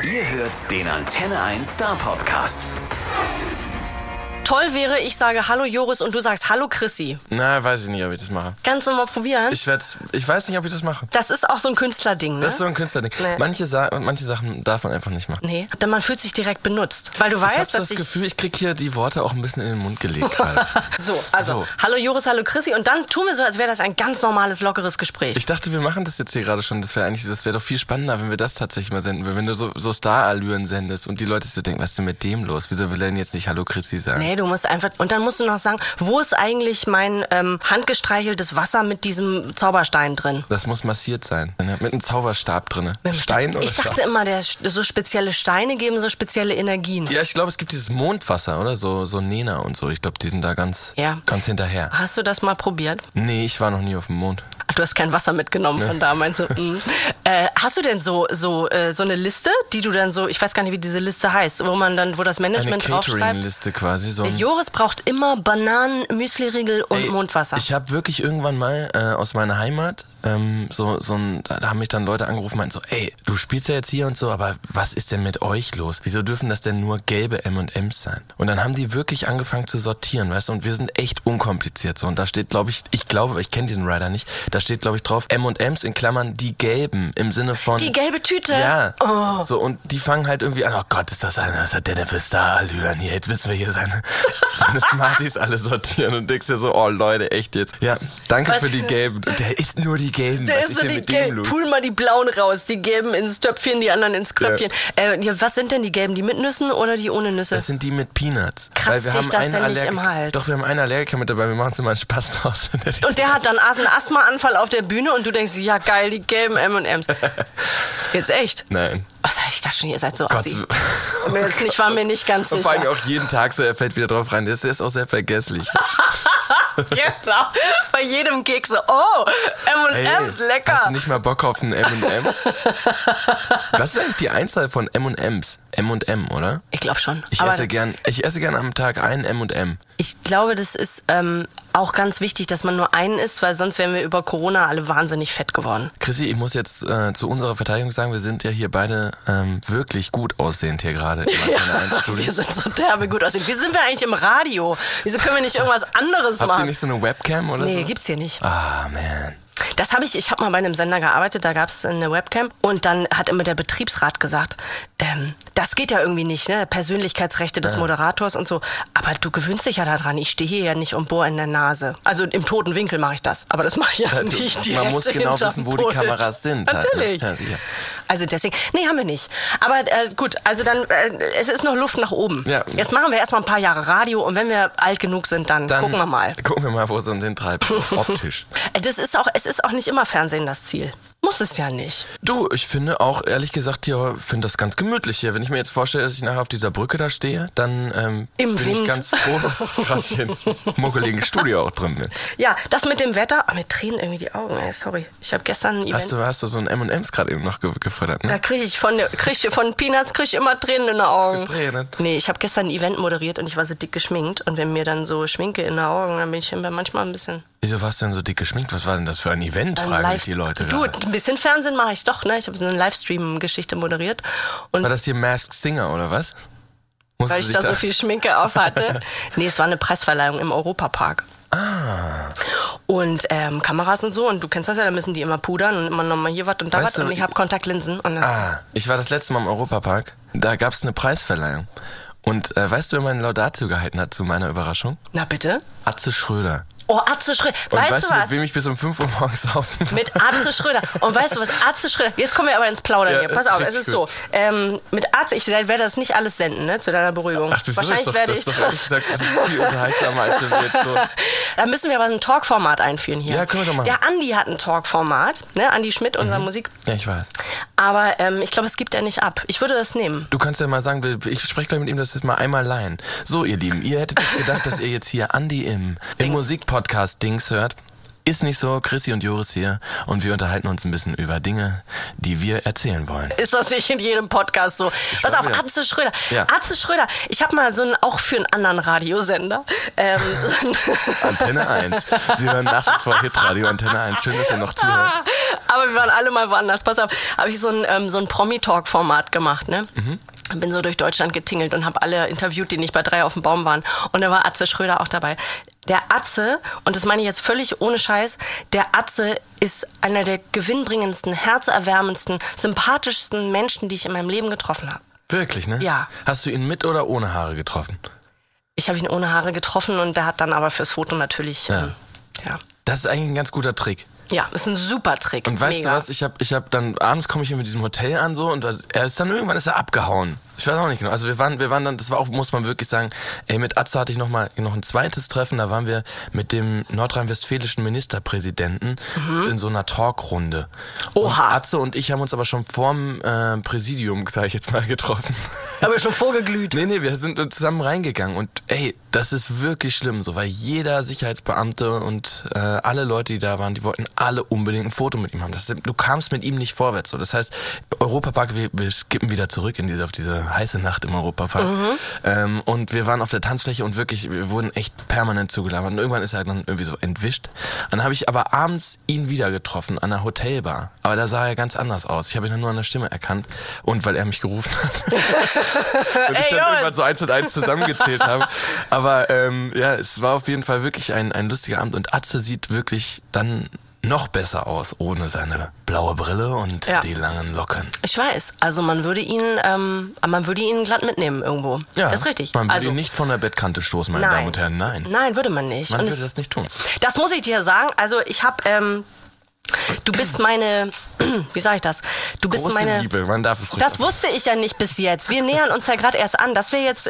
Ihr hört den Antenne 1 Star Podcast. Toll wäre, ich sage Hallo Joris und du sagst Hallo Chrissy. Na, weiß ich nicht, ob ich das mache. Kannst du mal probieren? Ich weiß nicht, ob ich das mache. Das ist auch so ein Künstlerding, ne? Das ist so ein Künstlerding. Nee. Manche Sachen darf man einfach nicht machen. Nee, denn man fühlt sich direkt benutzt. Weil du weißt, ich habe das Gefühl, ich krieg hier die Worte auch ein bisschen in den Mund gelegt gerade. So. Hallo Joris, hallo Chrissy. Und dann tun wir so, als wäre das ein ganz normales, lockeres Gespräch. Ich dachte, wir machen das jetzt hier gerade schon. Das wäre doch viel spannender, wenn wir das tatsächlich mal senden würden. Wenn du so Star-Allüren sendest und die Leute so denken, was ist denn mit dem los? Wieso will er denn jetzt nicht Hallo Chrissy sagen? Nee, du musst einfach... Und dann musst du noch sagen, wo ist eigentlich mein handgestreicheltes Wasser mit diesem Zauberstein drin? Das muss massiert sein. Mit einem Zauberstab drin. Stein oder Ich dachte immer, so spezielle Steine geben so spezielle Energien. Ja, ich glaube, es gibt dieses Mondwasser, oder? So Nena und so. Ich glaube, die sind da ganz hinterher. Hast du das mal probiert? Nee, ich war noch nie auf dem Mond. Ach, du hast kein Wasser mitgenommen von da, meinst du? Hast du denn so eine Liste, die du dann so, ich weiß gar nicht, wie diese Liste heißt, wo das Management draufschreibt? Eine Catering-Liste quasi. Joris braucht immer Bananen, Müsli-Riegel und Mondwasser. Ich habe wirklich irgendwann mal aus meiner Heimat da haben mich dann Leute angerufen und meinten so, ey, du spielst ja jetzt hier und so, aber was ist denn mit euch los? Wieso dürfen das denn nur gelbe M&M's sein? Und dann haben die wirklich angefangen zu sortieren, weißt du, und wir sind echt unkompliziert so. Und da steht, ich kenne diesen Rider nicht, da steht, glaube ich, drauf, M&M's in Klammern die gelben, im Sinne von... Die gelbe Tüte? Ja. Oh. So, und die fangen halt irgendwie an, oh Gott, was hat der denn für Star-Allüren hier? Jetzt müssen wir hier seine Smarties alle sortieren und denkst dir so, oh Leute, echt jetzt. Ja, danke für die gelben. Der ist nur die gelben. Der ist so die gelben. Pull mal die blauen raus, die gelben ins Töpfchen, die anderen ins Kröpfchen. Ja. Was sind denn die gelben? Die mit Nüssen oder die ohne Nüsse? Das sind die mit Peanuts. Kratzt dich das denn nicht im Hals? Doch, wir haben einen Allergiker mit dabei, wir machen uns immer einen Spaß draus. Und der hat dann einen Asthmaanfall auf der Bühne und du denkst, ja geil, die gelben M&M's. Jetzt echt? Nein. Was sag ich das schon? Ihr seid so assi. War mir nicht ganz sicher. Und vor allem auch jeden Tag so, er fällt wieder drauf rein. Der ist auch sehr vergesslich. Genau. Bei jedem Keks so, M&M's, lecker. Hast du nicht mal Bock auf einen M&M? Was ist eigentlich die Einzahl von M&M's? M&M, oder? Ich glaube schon. Ich esse gern am Tag einen M&M. Ich glaube, das ist auch ganz wichtig, dass man nur einen isst, weil sonst wären wir über Corona alle wahnsinnig fett geworden. Chrissy, ich muss jetzt zu unserer Verteidigung sagen, wir sind ja hier beide wirklich gut aussehend hier gerade. Wir sind so derbe gut aussehend. Wie sind wir eigentlich im Radio? Wieso können wir nicht irgendwas anderes machen? Habt ihr nicht so eine Webcam oder so? Nee, gibt's hier nicht. Ah, man. Ich habe mal bei einem Sender gearbeitet, da gab es eine Webcam und dann hat immer der Betriebsrat gesagt, das geht ja irgendwie nicht, ne? Persönlichkeitsrechte des Moderators und so, aber du gewöhnst dich ja daran, ich stehe hier ja nicht und bohre in der Nase. Also im toten Winkel mache ich das, aber das mache ich ja nicht direkt. Man muss genau wissen, wo die Kameras sind. Natürlich. Halt, ne? Ja, sicher. Also deswegen, nee, haben wir nicht. Aber gut, also dann, es ist noch Luft nach oben. Ja. Jetzt machen wir erstmal ein paar Jahre Radio und wenn wir alt genug sind, dann gucken wir mal. Gucken wir mal, wo es uns hintreibt, optisch. Es ist auch nicht immer Fernsehen das Ziel. Muss es ja nicht. Du, ich finde auch, ehrlich gesagt, finde das ganz gemütlich hier. Wenn ich mir jetzt vorstelle, dass ich nachher auf dieser Brücke da stehe, dann bin ich ganz froh, dass ich gerade hier ins muckeligen Studio auch drin bin. Ja, das mit dem Wetter, mir tränen irgendwie die Augen, ey, sorry. Ich habe gestern ein Event... Hast du so ein M&M's gerade eben noch gefordert, ne? Da kriege ich von Peanuts immer Tränen in den Augen. Tränen? Nee, ich habe gestern ein Event moderiert und ich war so dick geschminkt. Und wenn mir dann so Schminke in den Augen, dann bin ich manchmal ein bisschen... Wieso warst du denn so dick geschminkt? Was war denn das für ein Event, fragen mich die Leute Du, ein bisschen Fernsehen mache ich doch, ne? Ich habe so eine Livestream-Geschichte moderiert. Und war das hier Masked Singer, oder was? Weil ich da so viel Schminke auf hatte. Nee, es war eine Preisverleihung im Europapark. Und Kameras und so, und du kennst das ja, da müssen die immer pudern und immer nochmal hier was und da was, und ich habe Kontaktlinsen. Und ich war das letzte Mal im Europapark, da gab es eine Preisverleihung. Und weißt du, wer meine Laudatio gehalten hat, zu meiner Überraschung? Na bitte? Atze Schröder. Oh, Atze Schröder. Weißt du, mit wem ich bis um 5 Uhr morgens saufen war? Mit Atze Schröder. Und weißt du was, Atze Schröder, jetzt kommen wir aber ins Plaudern hier. Pass auf, es ist so. Mit Atze, ich werde das nicht alles senden, ne, zu deiner Beruhigung. Ach, du wahrscheinlich werde ich das. Das ist viel unterhaltsamer, als wir jetzt so... Da müssen wir aber ein Talkformat einführen hier. Ja, können wir doch machen. Der Andi hat ein Talkformat, ne, Andi Schmidt, unser Musik. Ja, ich weiß. Aber ich glaube, es gibt er nicht ab. Ich würde das nehmen. Du kannst ja mal sagen, ich spreche gleich mit ihm, das jetzt mal einmal leihen. So, ihr Lieben, ihr hättet jetzt gedacht, dass ihr jetzt hier Andi im Musikpodcast-Dings hört. Ist nicht so, Chrissy und Joris hier und wir unterhalten uns ein bisschen über Dinge, die wir erzählen wollen. Ist das nicht in jedem Podcast so? Pass auf, Atze Schröder. Ja. Atze Schröder, ich habe mal auch für einen anderen Radiosender. Antenne 1. Sie hören nach wie vor Hitradio Antenne 1. Schön, dass ihr noch zuhört. Aber wir waren alle mal woanders. Pass auf, habe ich so ein Promi-Talk-Format gemacht, ne? Bin so durch Deutschland getingelt und habe alle interviewt, die nicht bei 3 auf dem Baum waren. Und da war Atze Schröder auch dabei. Der Atze, und das meine ich jetzt völlig ohne Scheiß, der Atze ist einer der gewinnbringendsten, herzerwärmendsten, sympathischsten Menschen, die ich in meinem Leben getroffen habe. Wirklich, ne? Ja. Hast du ihn mit oder ohne Haare getroffen? Ich habe ihn ohne Haare getroffen und der hat dann aber fürs Foto natürlich, ja. Das ist eigentlich ein ganz guter Trick. Ja, ist ein super Trick. Und weißt Mega. du was, ich hab dann, abends komme ich hier mit diesem Hotel an so und irgendwann ist er abgehauen. Ich weiß auch nicht genau. Also wir waren dann, das war auch, muss man wirklich sagen, mit Atze hatte ich noch ein zweites Treffen, da waren wir mit dem nordrhein-westfälischen Ministerpräsidenten in so einer Talkrunde. Oha. Und Atze und ich haben uns aber schon vorm Präsidium, sag ich jetzt mal, getroffen. Haben wir schon vorgeglüht. Nee, wir sind zusammen reingegangen und das ist wirklich schlimm so, weil jeder Sicherheitsbeamte und alle Leute, die da waren, die wollten alle unbedingt ein Foto mit ihm haben. Du kamst mit ihm nicht vorwärts. So. Das heißt, Europapark, wir skippen wieder zurück auf diese heiße Nacht im Europapark. Und wir waren auf der Tanzfläche und wirklich, wir wurden echt permanent zugelabert. Und irgendwann ist er dann irgendwie so entwischt. Dann habe ich aber abends ihn wieder getroffen an der Hotelbar. Aber da sah er ganz anders aus. Ich habe ihn dann nur an der Stimme erkannt. Und weil er mich gerufen hat. Und ich dann irgendwann so 1 und 1 zusammengezählt habe. Aber es war auf jeden Fall wirklich ein lustiger Abend. Und Atze sieht wirklich dann noch besser aus, ohne seine blaue Brille und die langen Locken. Ich weiß, also man würde ihn glatt mitnehmen irgendwo. Ja, das ist richtig. Man würde ihn nicht von der Bettkante stoßen, meine Damen und Herren, nein. Nein, würde man nicht. Man würde das nicht tun. Das muss ich dir sagen, also ich habe... Du bist meine, wie sage ich das? Du bist große meine Liebe, man darf es ruhig Das sagen. wusste ich ja nicht bis jetzt. Wir nähern uns ja gerade erst an. Das wäre jetzt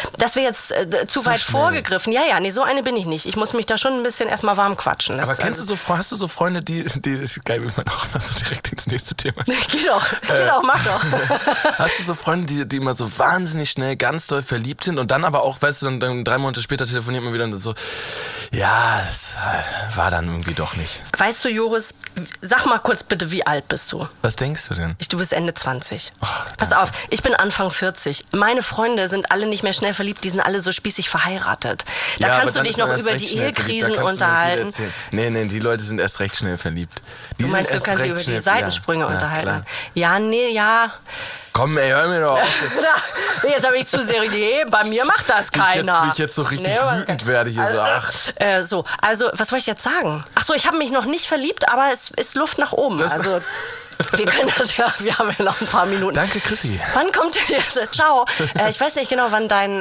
zu weit schnell. vorgegriffen. Ja, nee, so eine bin ich nicht. Ich muss mich da schon ein bisschen erstmal warm quatschen. Aber hast du so Freunde, die ist geil, wie man auch immer so direkt ins nächste Thema. Geh doch, mach doch. Hast du so Freunde, die immer so wahnsinnig schnell ganz doll verliebt sind und dann aber auch, weißt du, dann 3 Monate später telefoniert man wieder und so, ja, es war dann irgendwie doch nicht. Weißt du, Joris, sag mal kurz bitte, wie alt bist du? Was denkst du denn? Du bist Ende 20. Pass auf, ich bin Anfang 40. Meine Freunde sind alle nicht mehr schnell verliebt, die sind alle so spießig verheiratet. Da Ja, kannst du aber dich dann noch ist man über erst die recht schnell verliebt. Da Ehekrisen kannst du mir viel unterhalten. erzählen. Nee, die Leute sind erst recht schnell verliebt. Du meinst, du kannst dich über die Seitensprünge unterhalten? Klar. Ja, nee, ja. Komm, hör mir doch auf. Jetzt habe ich zu seriös. Bei mir macht das keiner. Wie ich jetzt so richtig wütend werde hier so. Also, was wollte ich jetzt sagen? Ach so, ich habe mich noch nicht verliebt, aber es ist Luft nach oben. Also, wir können das ja, wir haben ja noch ein paar Minuten. Danke, Chrissy. Wann kommt denn jetzt? Ciao. Ich weiß nicht genau, wann dein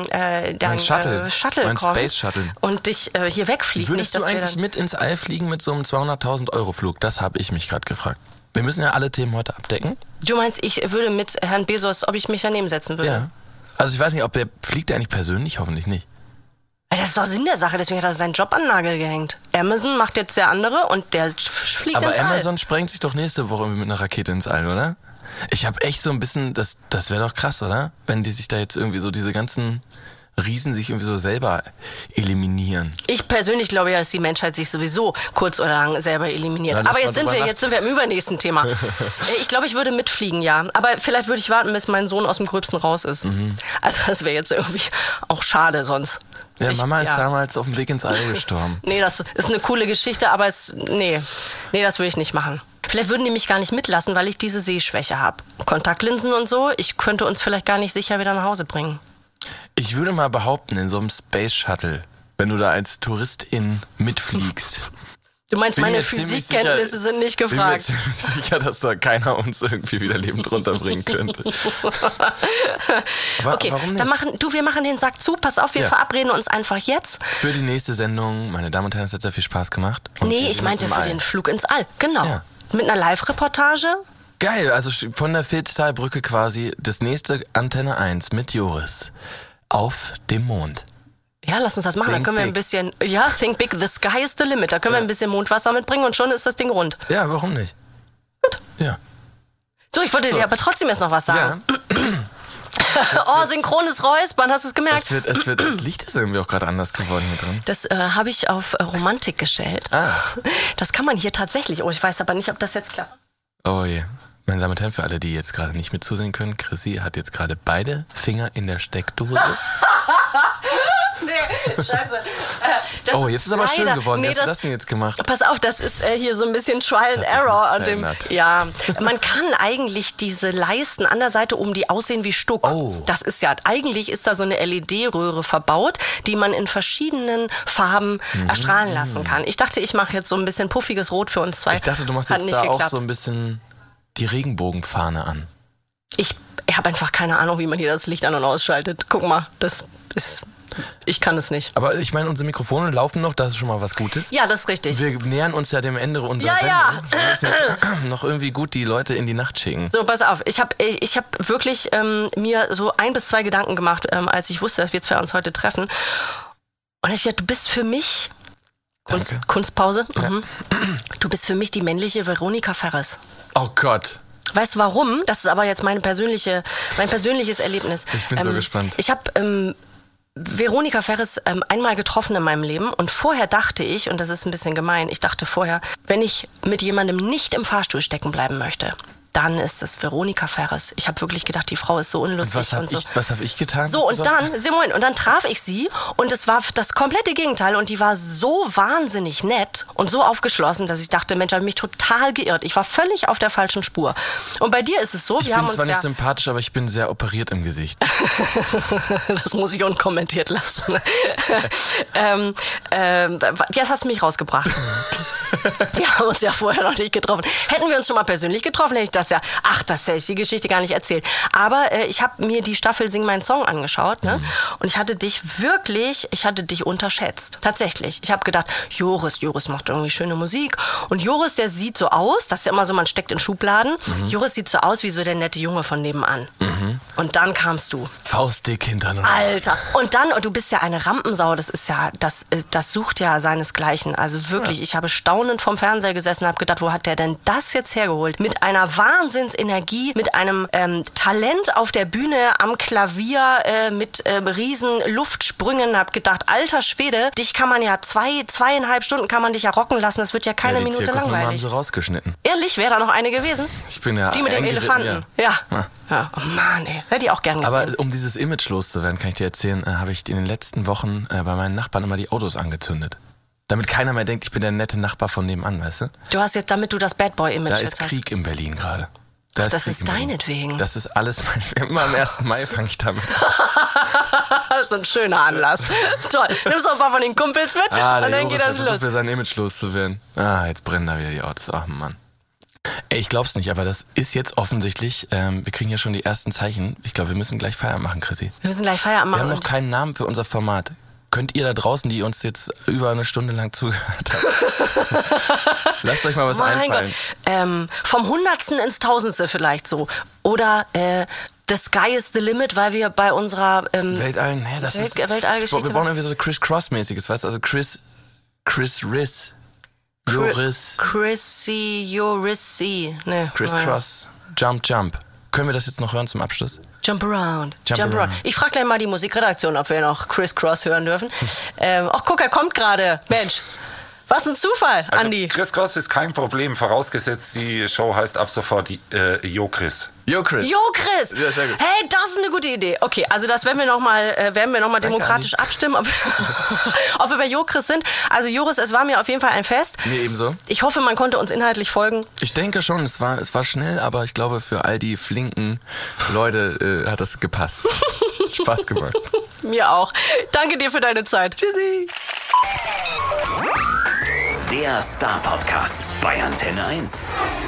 Shuttle kommt. Space Shuttle. Und dich hier wegfliegt. Würdest nicht, du eigentlich mit ins All fliegen mit so einem 200.000 € Flug? Das habe ich mich gerade gefragt. Wir müssen ja alle Themen heute abdecken. Du meinst, ich würde mit Herrn Bezos, ob ich mich daneben setzen würde? Ja. Also ich weiß nicht, fliegt der eigentlich persönlich? Hoffentlich nicht. Das ist doch Sinn der Sache, deswegen hat er seinen Job an den Nagel gehängt. Amazon macht jetzt der andere und der fliegt Aber ins All. Amazon sprengt sich doch nächste Woche irgendwie mit einer Rakete ins All, oder? Ich habe echt so ein bisschen, das wäre doch krass, oder? Wenn die sich da jetzt irgendwie so diese ganzen Riesen sich irgendwie so selber eliminieren. Ich persönlich glaube ja, dass die Menschheit sich sowieso kurz oder lang selber eliminiert. Ja, aber jetzt sind wir im übernächsten Thema. Ich glaube, ich würde mitfliegen, ja. Aber vielleicht würde ich warten, bis mein Sohn aus dem Gröbsten raus ist. Also das wäre jetzt irgendwie auch schade sonst. Ja, Mama ist damals auf dem Weg ins All gestorben. Nee, das ist eine coole Geschichte, aber nee, das würde ich nicht machen. Vielleicht würden die mich gar nicht mitlassen, weil ich diese Sehschwäche habe. Kontaktlinsen und so, ich könnte uns vielleicht gar nicht sicher wieder nach Hause bringen. Ich würde mal behaupten, in so einem Space Shuttle, wenn du da als Touristin mitfliegst. Du meinst, bin meine mir ziemlich Physikkenntnisse sind nicht gefragt. Ich bin mir ziemlich sicher, dass da keiner uns irgendwie wieder lebend runterbringen könnte. Aber Okay, warum nicht? dann wir machen den Sack zu. Pass auf, wir verabreden uns einfach jetzt. Für die nächste Sendung, meine Damen und Herren, es hat sehr viel Spaß gemacht. Und wir Nee, ich sehen meinte uns im für All. den Flug ins All. Genau. Ja. Mit einer Live-Reportage. Geil, also von der Filztalbrücke quasi das nächste Antenne 1 mit Joris auf dem Mond. Ja, lass uns das machen. Da Think können wir ein big. bisschen, think big, the sky is the limit. Da können wir ein bisschen Mondwasser mitbringen und schon ist das Ding rund. Ja, warum nicht? Gut. Ja. So, ich wollte dir aber trotzdem jetzt noch was sagen. Ja. synchrones Räuspern, hast du es gemerkt? Das Licht ist irgendwie auch gerade anders geworden hier drin. Das habe ich auf Romantik gestellt. Das kann man hier tatsächlich. Oh, ich weiß aber nicht, ob das jetzt klappt. Oh je. Meine Damen und Herren, für alle, die jetzt gerade nicht mitzusehen können, Chrissy hat jetzt gerade beide Finger in der Steckdose. Nee, scheiße. Jetzt ist aber schön geworden. Wie hast du das denn jetzt gemacht? Pass auf, das ist hier so ein bisschen Trial and Error an dem. Ja, man kann eigentlich diese Leisten an der Seite oben, die aussehen wie Stuck. Das ist ja, eigentlich ist da so eine LED-Röhre verbaut, die man in verschiedenen Farben erstrahlen lassen kann. Ich dachte, ich mache jetzt so ein bisschen puffiges Rot für uns zwei. Ich dachte, du machst jetzt da auch so ein bisschen die Regenbogenfahne an. Ich habe einfach keine Ahnung, wie man hier das Licht an- und ausschaltet. Guck mal, ich kann es nicht. Aber ich meine, unsere Mikrofone laufen noch, das ist schon mal was Gutes. Ja, das ist richtig. Wir nähern uns ja dem Ende unserer Sendung. Wir müssen jetzt noch irgendwie gut die Leute in die Nacht schicken. So, pass auf. Ich hab wirklich mir so 1 bis 2 Gedanken gemacht, als ich wusste, dass wir zwei uns heute treffen. Und ich dachte, du bist für mich... Kunstpause. Ja. Du bist für mich die männliche Veronika Ferres. Oh Gott. Weißt du warum? Das ist aber jetzt mein persönliches Erlebnis. Ich bin so gespannt. Ich habe Veronika Ferres einmal getroffen in meinem Leben und vorher dachte ich, und das ist ein bisschen gemein, ich dachte vorher, wenn ich mit jemandem nicht im Fahrstuhl stecken bleiben möchte, dann ist es Veronika Ferres. Ich habe wirklich gedacht, die Frau ist so unlustig. Was hab ich getan? So, und dann traf ich sie und es war das komplette Gegenteil und die war so wahnsinnig nett und so aufgeschlossen, dass ich dachte, Mensch, ich habe mich total geirrt. Ich war völlig auf der falschen Spur. Und bei dir ist es so, ich bin zwar nicht sympathisch, aber ich bin sehr operiert im Gesicht. Das muss ich unkommentiert lassen. Jetzt hast du mich rausgebracht. Wir haben uns ja vorher noch nicht getroffen. Hätten wir uns schon mal persönlich getroffen, hätte ich das hätte ich die Geschichte gar nicht erzählt. Aber ich habe mir die Staffel Sing meinen Song angeschaut, ne? Und ich hatte dich unterschätzt. Tatsächlich. Ich habe gedacht, Joris macht irgendwie schöne Musik. Und Joris, der sieht so aus, das ist ja immer so, man steckt in Schubladen. Joris sieht so aus wie so der nette Junge von nebenan. Und dann kamst du. Faustdick hintereinander. Alter. Und du bist ja eine Rampensau, das sucht ja seinesgleichen. Also wirklich, ich habe staunend vom Fernseher gesessen und habe gedacht, wo hat der denn das jetzt hergeholt? Mit einer Wahnsinnsenergie, mit einem Talent auf der Bühne, am Klavier, mit riesen Luftsprüngen. Hab gedacht, alter Schwede, dich kann man ja 2,5 Stunden kann man dich ja rocken lassen. Das wird ja keine Minute Zirkusnummer langweilig. Haben sie rausgeschnitten. Ehrlich, wäre da noch eine gewesen? Ich bin ja die mit dem Elefanten. Ja. Oh Mann, ey. Hätte ich auch gern gesehen. Aber um dieses Image loszuwerden, kann ich dir erzählen, habe ich in den letzten Wochen bei meinen Nachbarn immer die Autos angezündet. Damit keiner mehr denkt, ich bin der nette Nachbar von nebenan, weißt du? Du hast jetzt, damit du das Bad Boy-Image jetzt hast. Da ist Krieg in Berlin gerade. Das ist deinetwegen. Das ist alles, immer am 1. Mai fange ich damit an. Das ist so ein schöner Anlass. Toll. Nimmst auch ein paar von den Kumpels mit und dann geht das los. Für sein Image loszuwerden. Jetzt brennen da wieder die Autos. Ach Mann. Ey, ich glaub's nicht, aber das ist jetzt offensichtlich, wir kriegen ja schon die ersten Zeichen. Ich glaube, wir müssen gleich Feierabend machen, Chrissy. Wir müssen gleich Feierabend machen. Wir haben noch keinen Namen für unser Format. Könnt ihr da draußen, die uns jetzt über eine Stunde lang zugehört haben, lasst euch mal was einfallen. Vom Hundertsten ins Tausendste vielleicht so. Oder The Sky is the Limit, weil wir bei unserer Weltallgeschichte... Wir brauchen irgendwie so Criss-Cross-mäßiges, weißt du? Also Chris Riss. Joris. Jorissi. Nee. Criss Cross. Jump. Können wir das jetzt noch hören zum Abschluss? Jump around. Ich frage gleich mal die Musikredaktion, ob wir noch Criss Cross hören dürfen. Guck, er kommt gerade. Mensch, was ein Zufall, Andi. Criss Cross ist kein Problem, vorausgesetzt die Show heißt ab sofort Jo Chris. Jo Chris. Ja, sehr gut. Hey, das ist eine gute Idee. Okay, also das werden wir noch mal demokratisch abstimmen, ob wir bei Jo Chris sind. Also Joris, es war mir auf jeden Fall ein Fest. Mir ebenso. Ich hoffe, man konnte uns inhaltlich folgen. Ich denke schon, es war schnell, aber ich glaube, für all die flinken Leute hat das gepasst. Spaß gemacht. Mir auch. Danke dir für deine Zeit. Tschüssi. Der Star-Podcast bei Antenne 1.